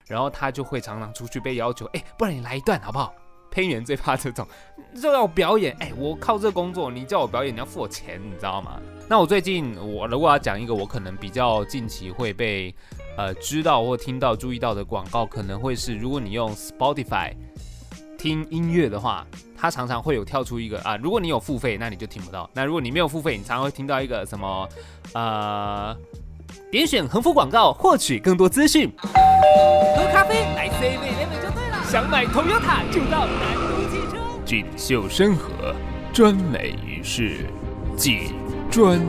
然后他就会常常出去被要求，不然你来一段好不好？配音员最怕这种，就要表演，我靠这个工作，你叫我表演，你要付我钱，你知道吗？那我最近如果要讲一个我可能比较近期会被知道或听到注意到的广告，可能会是如果你用 Spotify 听音乐的话，它常常会有跳出一个如果你有付费，那你就听不到；那如果你没有付费，你常常会听到一个什么点选横幅广告获取更多资讯。喝咖啡来 7-Eleven 就对了，想买 Toyota 就到南都汽车。锦绣山河，专美于世，锦专。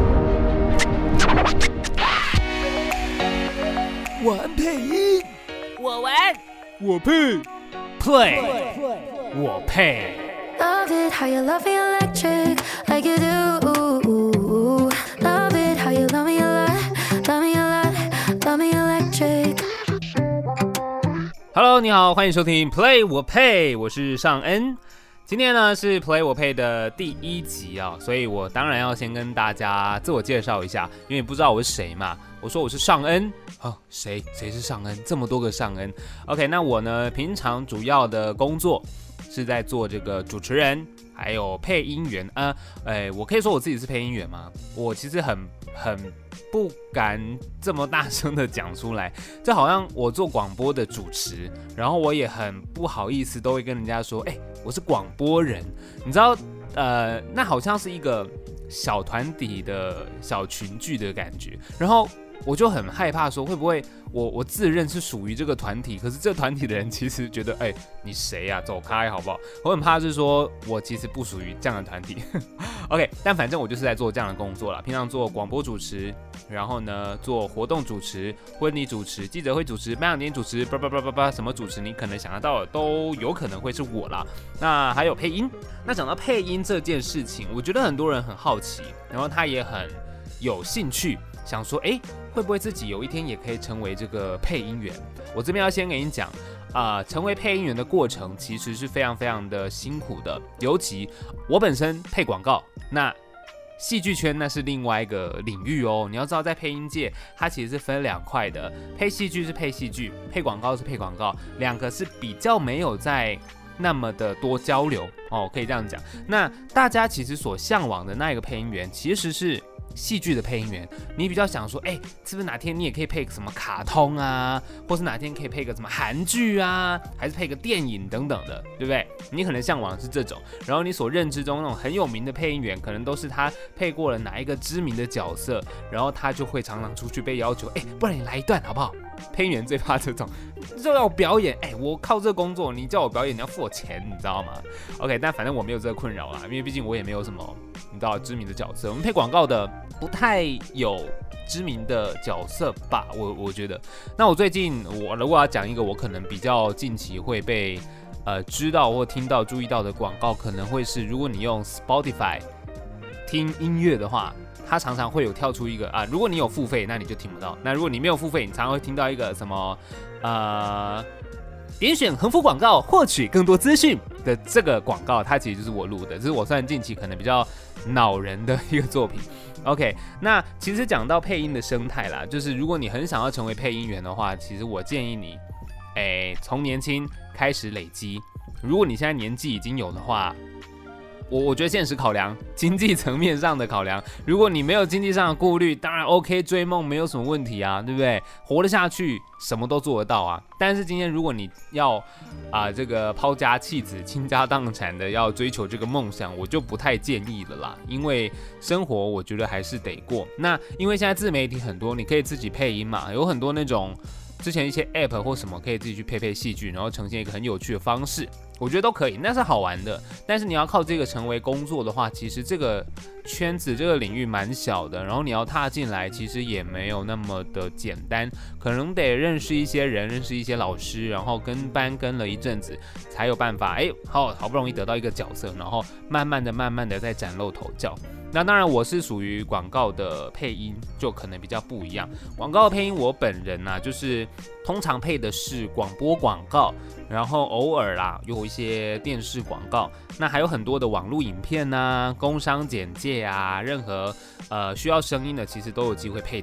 玩配音， 我玩， 我配 ，play， 我配。 Love it how you love me electric like you do. Love it how you love me a lot, love me a lot, love me electric. Hello， 你好，欢迎收听 Play 我配，我是尚恩。今天呢是 Play 我配的第1集啊，所以我当然要先跟大家自我介绍一下，因为不知道我是谁嘛。我说我是尚恩，谁是尚恩？这么多个尚恩。OK， 那我呢平常主要的工作是在做这个主持人，还有配音员我可以说我自己是配音员吗？我其实很不敢这么大声的讲出来，就好像我做广播的主持，然后我也很不好意思，都会跟人家说，我是广播人，你知道，那好像是一个小团体的小群聚的感觉，然后我就很害怕说会不会我自认是属于这个团体，可是这个团体的人其实觉得你谁啊，走开好不好？我很怕是说我其实不属于这样的团体OK， 但反正我就是在做这样的工作啦，平常做广播主持，然后呢做活动主持、婚礼主持、记者会主持、颁奖典礼主持，什么主持你可能想得到的都有可能会是我啦。那还有配音，那讲到配音这件事情，我觉得很多人很好奇，然后他也很有兴趣，想说会不会自己有一天也可以成为这个配音员？我这边要先给你讲成为配音员的过程其实是非常非常的辛苦的，尤其我本身配广告，那戏剧圈那是另外一个领域哦。你要知道，在配音界，它其实是分2块的，配戏剧是配戏剧，配广告是配广告，两个是比较没有在那么的多交流哦，可以这样讲。那大家其实所向往的那一个配音员，其实是戏剧的配音员，你比较想说，是不是哪天你也可以配个什么卡通啊，或是哪天可以配个什么韩剧啊，还是配个电影等等的，对不对？你可能向往的是这种，然后你所认知中那种很有名的配音员，可能都是他配过了哪一个知名的角色，然后他就会常常出去被要求，不然你来一段好不好？配音员最怕这种，就要我表演，我靠这个工作，你叫我表演，你要付我钱，你知道吗 ？OK， 但反正我没有这个困扰啦，因为毕竟我也没有什么你知道知名的角色，我们配广告的不太有知名的角色吧，我觉得。那我最近如果要讲一个我可能比较近期会被知道或听到注意到的广告，可能会是如果你用 Spotify 听音乐的话。它常常会有跳出一个如果你有付费，那你就听不到；那如果你没有付费，你常常会听到一个什么点选横幅广告获取更多资讯的这个广告，它其实就是我录的，这是我算近期可能比较恼人的一个作品。OK， 那其实讲到配音的生态啦，就是如果你很想要成为配音员的话，其实我建议你，从年轻开始累积。如果你现在年纪已经有的话。我觉得现实考量，经济层面上的考量，如果你没有经济上的顾虑，当然 OK， 追梦没有什么问题啊，对不对？活得下去，什么都做得到啊。但是今天如果你要这个抛家弃子、倾家荡产的要追求这个梦想，我就不太建议了啦，因为生活我觉得还是得过。那因为现在自媒体很多，你可以自己配音嘛，有很多那种之前一些 App 或什么可以自己去配戏剧，然后呈现一个很有趣的方式。我觉得都可以，那是好玩的。但是你要靠这个成为工作的话，其实这个圈子、这个领域蛮小的，然后你要踏进来，其实也没有那么的简单，可能得认识一些人，认识一些老师，然后跟班跟了一阵子，才有办法，好不容易得到一个角色，然后慢慢的再崭露头角。那当然，我是属于广告的配音，就可能比较不一样。广告的配音，我本人就是通常配的是广播广告，然后偶尔啦有一些电视广告，那还有很多的网络影片工商简介任何需要声音的，其实都有机会配到。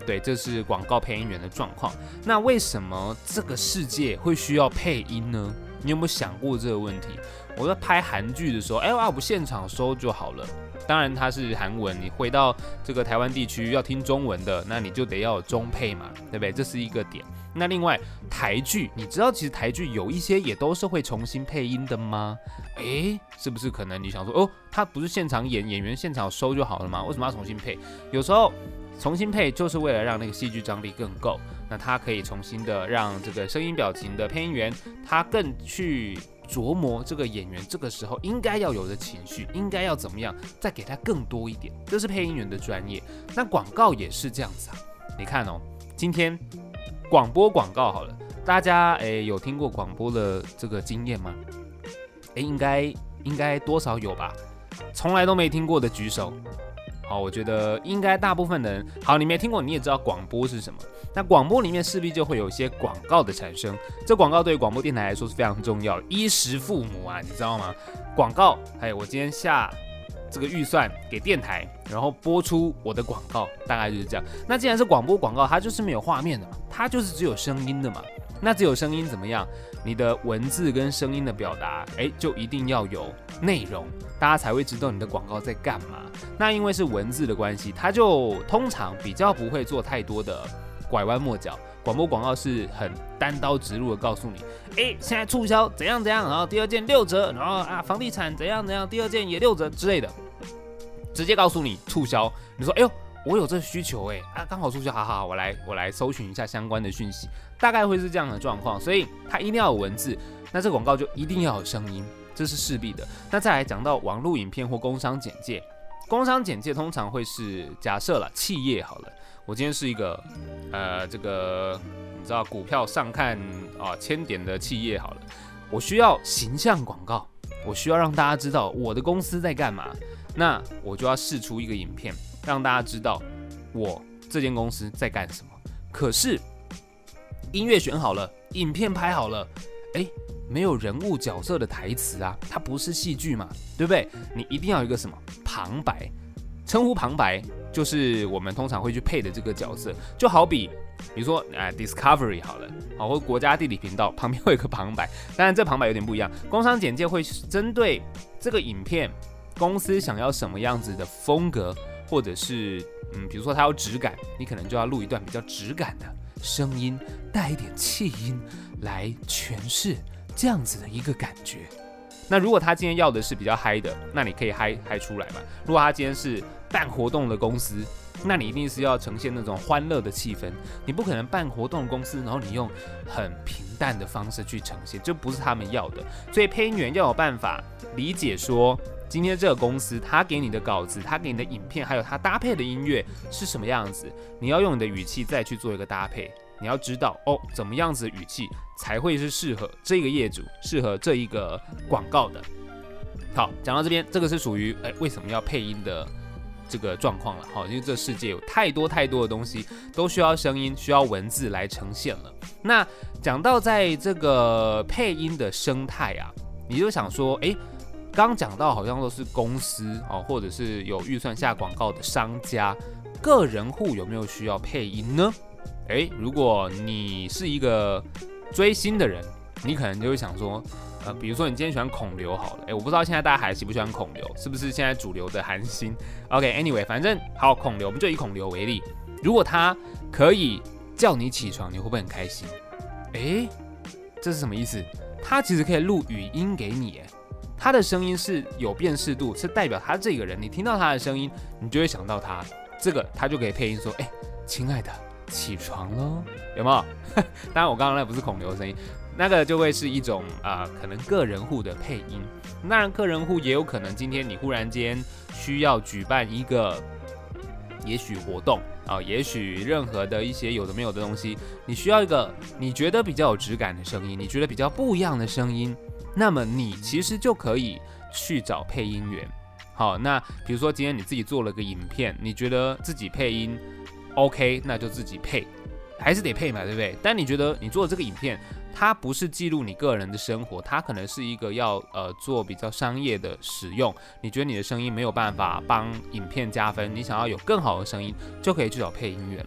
对，这是广告配音员的状况。那为什么这个世界会需要配音呢？你有没有想过这个问题？我在拍韩剧的时候，我不现场收就好了。当然它是韩文，你回到这个台湾地区要听中文的，那你就得要有中配嘛，对不对？这是一个点。那另外台剧，你知道其实台剧有一些也都是会重新配音的吗？是不是可能你想说，他不是现场演员现场收就好了吗？为什么要重新配？有时候重新配就是为了让那个戏剧张力更够，那他可以重新的让这个声音表情的配音员他更去琢磨这个演员这个时候应该要有的情绪，应该要怎么样，再给他更多一点，这是配音员的专业。那广告也是这样子啊，你看今天广播广告好了，大家有听过广播的这个经验吗？应该多少有吧？从来都没听过的举手。好，我觉得应该大部分人，好，你没听过你也知道广播是什么。那广播里面势必就会有一些广告的产生，这广告对于广播电台来说是非常重要的，衣食父母啊，你知道吗？广告，我今天下这个预算给电台，然后播出我的广告，大概就是这样。那既然是广播广告，它就是没有画面的嘛，它就是只有声音的嘛。那只有声音怎么样？你的文字跟声音的表达，就一定要有内容，大家才会知道你的广告在干嘛。那因为是文字的关系，它就通常比较不会做太多的拐弯抹角。广播广告是很单刀直入的告诉你，现在促销怎样怎样，然后第二件6折，然后房地产怎样怎样，第二件也6折之类的，直接告诉你促销。你说我有这需求刚好促销，好，我来搜寻一下相关的讯息，大概会是这样的状况，所以它一定要有文字，那这个广告就一定要有声音，这是势必的。那再来讲到网络影片或工商简介，工商简介通常会是假设啦，企业好了，我今天是一个这个你知道股票上看1000点的企业好了，我需要形象广告，我需要让大家知道我的公司在干嘛，那我就要释出一个影片。让大家知道我这间公司在干什么。可是音乐选好了，影片拍好了，没有人物角色的台词啊，它不是戏剧嘛，对不对？你一定要有一个什么旁白，称呼旁白就是我们通常会去配的这个角色，就好比如说Discovery 好了，或国家地理频道旁边会有一个旁白，当然这旁白有点不一样。工商简介会针对这个影片公司想要什么样子的风格。或者是比如说它要质感，你可能就要录一段比较质感的声音，带一点气音来诠释这样子的一个感觉。那如果他今天要的是比较嗨的，那你可以嗨出来嘛。如果他今天是办活动的公司，那你一定是要呈现那种欢乐的气氛，你不可能办活动的公司，然后你用很平淡的方式去呈现，这不是他们要的。所以配音员要有办法理解说，今天这个公司他给你的稿子，他给你的影片，还有他搭配的音乐是什么样子，你要用你的语气再去做一个搭配。你要知道怎么样子的语气才会是适合这个业主，适合这一个广告的。好，讲到这边，这个是属于为什么要配音的这个状况了。因为这世界有太多的东西都需要声音，需要文字来呈现了。那讲到在这个配音的生态啊，你就想说，刚讲到好像都是公司或者是有预算下广告的商家，个人户有没有需要配音呢？如果你是一个追星的人，你可能就会想说，比如说你今天喜欢孔刘好了，我不知道现在大家还喜不喜欢孔刘，是不是现在主流的韩星 ？OK，anyway，反正好，孔刘，我们就以孔刘为例，如果他可以叫你起床，你会不会很开心？这是什么意思？他其实可以录语音给你，他的声音是有辨识度，是代表他这个人，你听到他的声音，你就会想到他，这个他就可以配音说，亲爱的。起床咯，有没有？当然我刚刚那不是孔刘的声音，那个就会是一种可能个人户的配音。当然个人户也有可能今天你忽然间需要举办一个也许活动也许任何的一些有的没有的东西，你需要一个你觉得比较有质感的声音，你觉得比较不一样的声音，那么你其实就可以去找配音员。好，那比如说今天你自己做了个影片，你觉得自己配音OK， 那就自己配，还是得配嘛，对不对？但你觉得你做的这个影片，它不是记录你个人的生活，它可能是一个要做比较商业的使用。你觉得你的声音没有办法帮影片加分，你想要有更好的声音，就可以去找配音员了。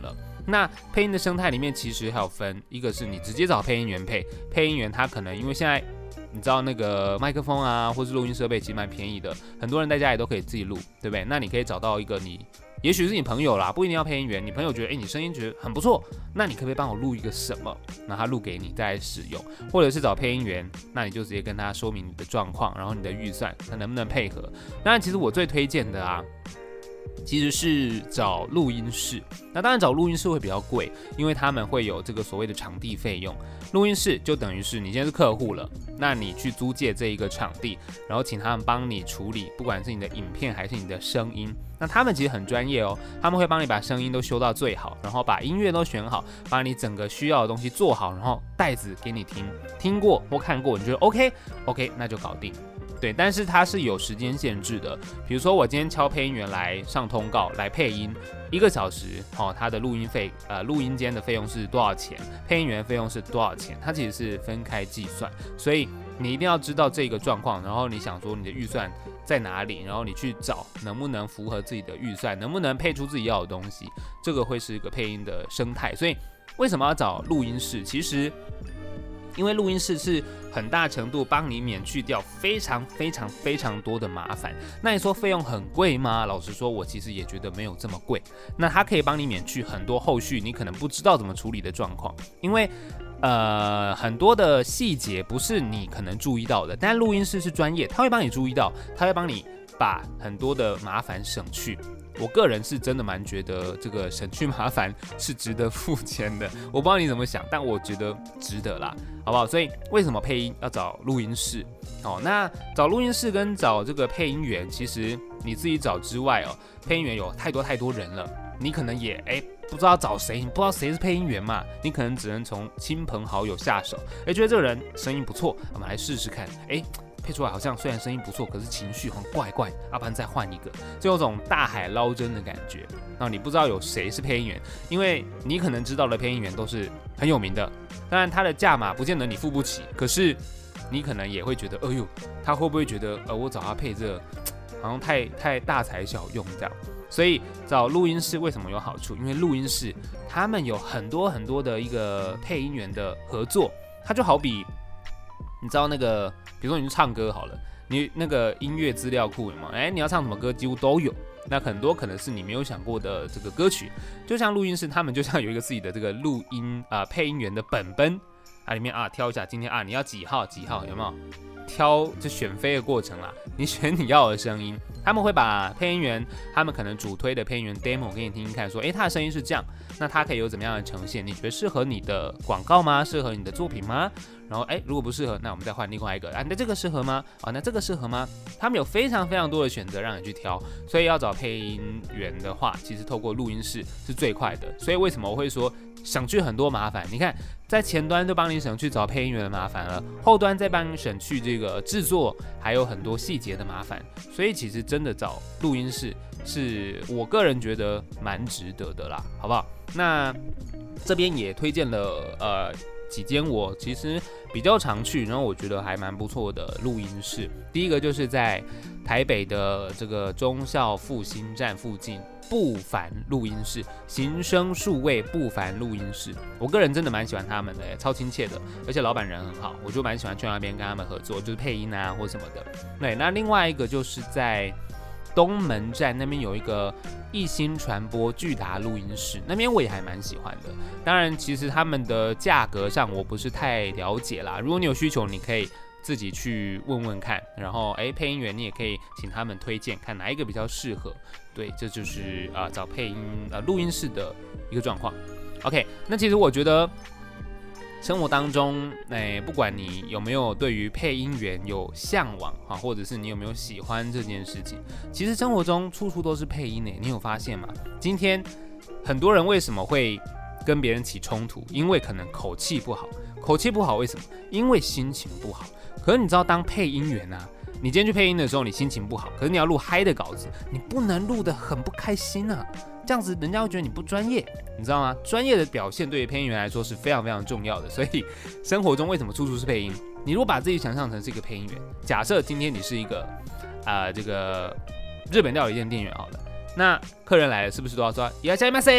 那配音的生态里面其实还有分，一个是你直接找配音员配，配音员他可能因为现在你知道那个麦克风啊，或是录音设备其实蛮便宜的，很多人在家里都可以自己录，对不对？那你可以找到一个你，也许是你朋友啦，不一定要配音员，你朋友觉得你声音觉得很不错，那你可不可以帮我录一个什么，然后他录给你再来使用，或者是找配音员，那你就直接跟他说明你的状况，然后你的预算他能不能配合。当然其实我最推荐的啊，其实是找录音室。那当然找录音室会比较贵，因为他们会有这个所谓的场地费用。录音室就等于是你今天是客户了，那你去租借这一个场地，然后请他们帮你处理，不管是你的影片还是你的声音。那他们其实很专业哦，他们会帮你把声音都修到最好，然后把音乐都选好，把你整个需要的东西做好，然后带子给你听，听过或看过，你觉得 OK， 那就搞定。对，但是它是有时间限制的。比如说我今天敲配音员来上通告来配音，1个小时，它的录音费，录音间的费用是多少钱，配音员费用是多少钱，它其实是分开计算，所以你一定要知道这个状况，然后你想说你的预算在哪里，然后你去找能不能符合自己的预算，能不能配出自己要的东西，这个会是一个配音的生态。所以为什么要找录音室？其实因为录音室是很大程度帮你免去掉非常多的麻烦。那你说费用很贵吗？老实说，我其实也觉得没有这么贵。那它可以帮你免去很多后续你可能不知道怎么处理的状况，因为很多的细节不是你可能注意到的，但录音室是专业，他会帮你注意到，他会帮你把很多的麻烦省去。我个人是真的蛮觉得这个省去麻烦是值得付钱的，我不知道你怎么想，但我觉得值得啦，好不好？所以为什么配音要找录音室？那找录音室跟找这个配音员，其实你自己找之外配音员有太多人了，你可能也不知道找谁，你不知道谁是配音员嘛，你可能只能从亲朋好友下手，觉得这个人声音不错，我们来试试看，配出来好像虽然声音不错，可是情绪很怪怪，要不然再换一个，就有种大海捞针的感觉。然后你不知道有谁是配音员，因为你可能知道的配音员都是很有名的，当然他的价码不见得你付不起，可是你可能也会觉得，他会不会觉得我找他配这好像太大材小用这样。所以找录音室为什么有好处？因为录音室他们有很多的一个配音员的合作，它就好比你知道那个，比如说你去唱歌好了，你那个音乐资料库有没有？你要唱什么歌几乎都有。那很多可能是你没有想过的这个歌曲，就像录音室，他们就像有一个自己的这个录音配音员的本里面挑一下今天你要几号有没有？挑就选飞的过程啦，你选你要的声音，他们会把配音员他们可能主推的配音员 demo 给你听听看，说他的声音是这样，那他可以有怎么样的呈现？你觉得适合你的广告吗？适合你的作品吗？然后如果不适合，那我们再换另外一个那这个适合吗？那这个适合吗？他们有非常多的选择让你去挑，所以要找配音员的话，其实透过录音室是最快的。所以为什么我会说省去很多麻烦？你看，在前端就帮你省去找配音员的麻烦了，后端再帮你省去这个制作还有很多细节的麻烦，所以其实真的找录音室是我个人觉得蛮值得的啦，好不好？那这边也推荐了几间我其实比较常去，然后我觉得还蛮不错的录音室。第一个就是在台北的这个忠孝复兴站附近不凡录音室，行声数位不凡录音室，我个人真的蛮喜欢他们的，超亲切的，而且老板人很好，我就蛮喜欢去那边跟他们合作，就是配音或什么的。对，那另外一个就是在东门站那边有一个一心传播巨达录音室，那边我也还蛮喜欢的。当然，其实他们的价格上我不是太了解啦，如果你有需求，你可以自己去问问看，然后配音员你也可以请他们推荐，看哪一个比较适合。对，这就是找配音录音室的一个状况。OK， 那其实我觉得生活当中，不管你有没有对于配音员有向往或者是你有没有喜欢这件事情，其实生活中处处都是配音你有发现吗？今天很多人为什么会跟别人起冲突？因为可能口气不好，为什么？因为心情不好。可是你知道，当配音员你今天去配音的时候，你心情不好，可是你要录嗨的稿子，你不能录得很不开心这样子人家会觉得你不专业，你知道吗？专业的表现对于配音员来说是非常重要的。所以生活中为什么处处是配音？你如果把自己想象成是一个配音员，假设今天你是一个这个日本料理店店员好了，那客人来了是不是都要说いらっしゃいませ？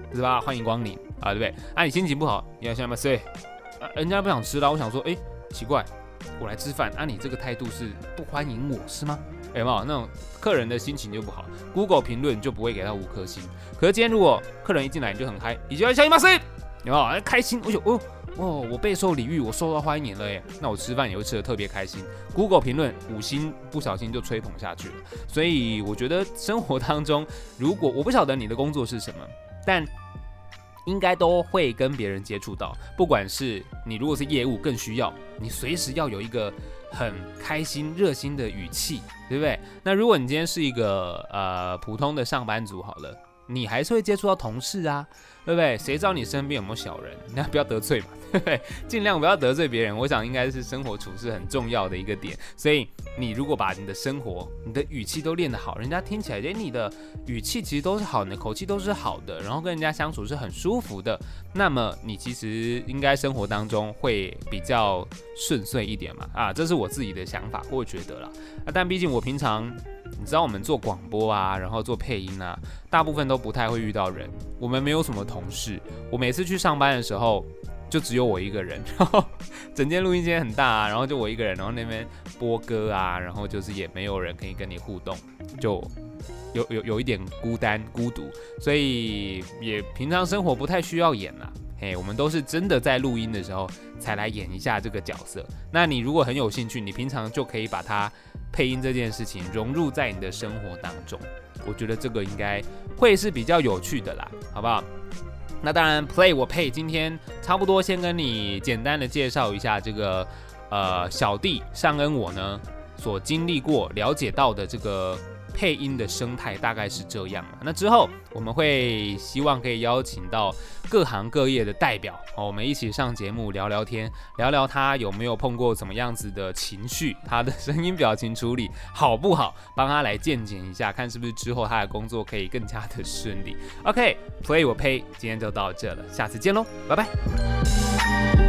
是吧？欢迎光临啊，对不对？啊，你心情不好，你要想嘛睡，人家不想吃了，我想说，奇怪，我来吃饭，你这个态度是不欢迎我是吗？有没有那种客人的心情就不好 ？Google 评论就不会给他5颗星。可是今天如果客人一进来你就很嗨，一进来小姨妈睡，有没有？开心，我备受礼遇，我受到欢迎了耶，那我吃饭也会吃得特别开心。Google 评论5星不小心就吹捧下去了。所以我觉得生活当中，如果我不晓得你的工作是什么，但应该都会跟别人接触到，不管是你如果是业务，更需要你随时要有一个很开心、热心的语气，对不对？那如果你今天是一个普通的上班族好了，你还是会接触到同事啊，对不对？谁知道你身边有没有小人？那不要得罪嘛，对不对？尽量不要得罪别人，我想应该是生活处事很重要的一个点。所以你如果把你的生活、你的语气都练得好，人家听起来，你的语气其实都是好，你的口气都是好的，然后跟人家相处是很舒服的，那么你其实应该生活当中会比较顺遂一点嘛。这是我自己的想法，我觉得啦。但毕竟我平常，你知道我们做广播啊，然后做配音啊，大部分都不太会遇到人，我们没有什么同事。我每次去上班的时候，就只有我一个人，然后整间录音间很大啊，然后就我一个人，然后那边播歌啊，然后就是也没有人可以跟你互动，就有一点孤单孤独，所以也平常生活不太需要演啦。我们都是真的在录音的时候才来演一下这个角色。那你如果很有兴趣，你平常就可以把它配音这件事情融入在你的生活当中，我觉得这个应该会是比较有趣的啦，好不好？那当然 Play 我配今天差不多先跟你简单的介绍一下这个小弟尚恩我呢所经历过了解到的这个配音的生态大概是这样。那之后我们会希望可以邀请到各行各业的代表，我们一起上节目聊聊天，聊聊他有没有碰过怎么样子的情绪，他的声音表情处理好不好，帮他来鉴检一下，看是不是之后他的工作可以更加的顺利。OK， Play 我配今天就到这了，下次见喽，拜拜。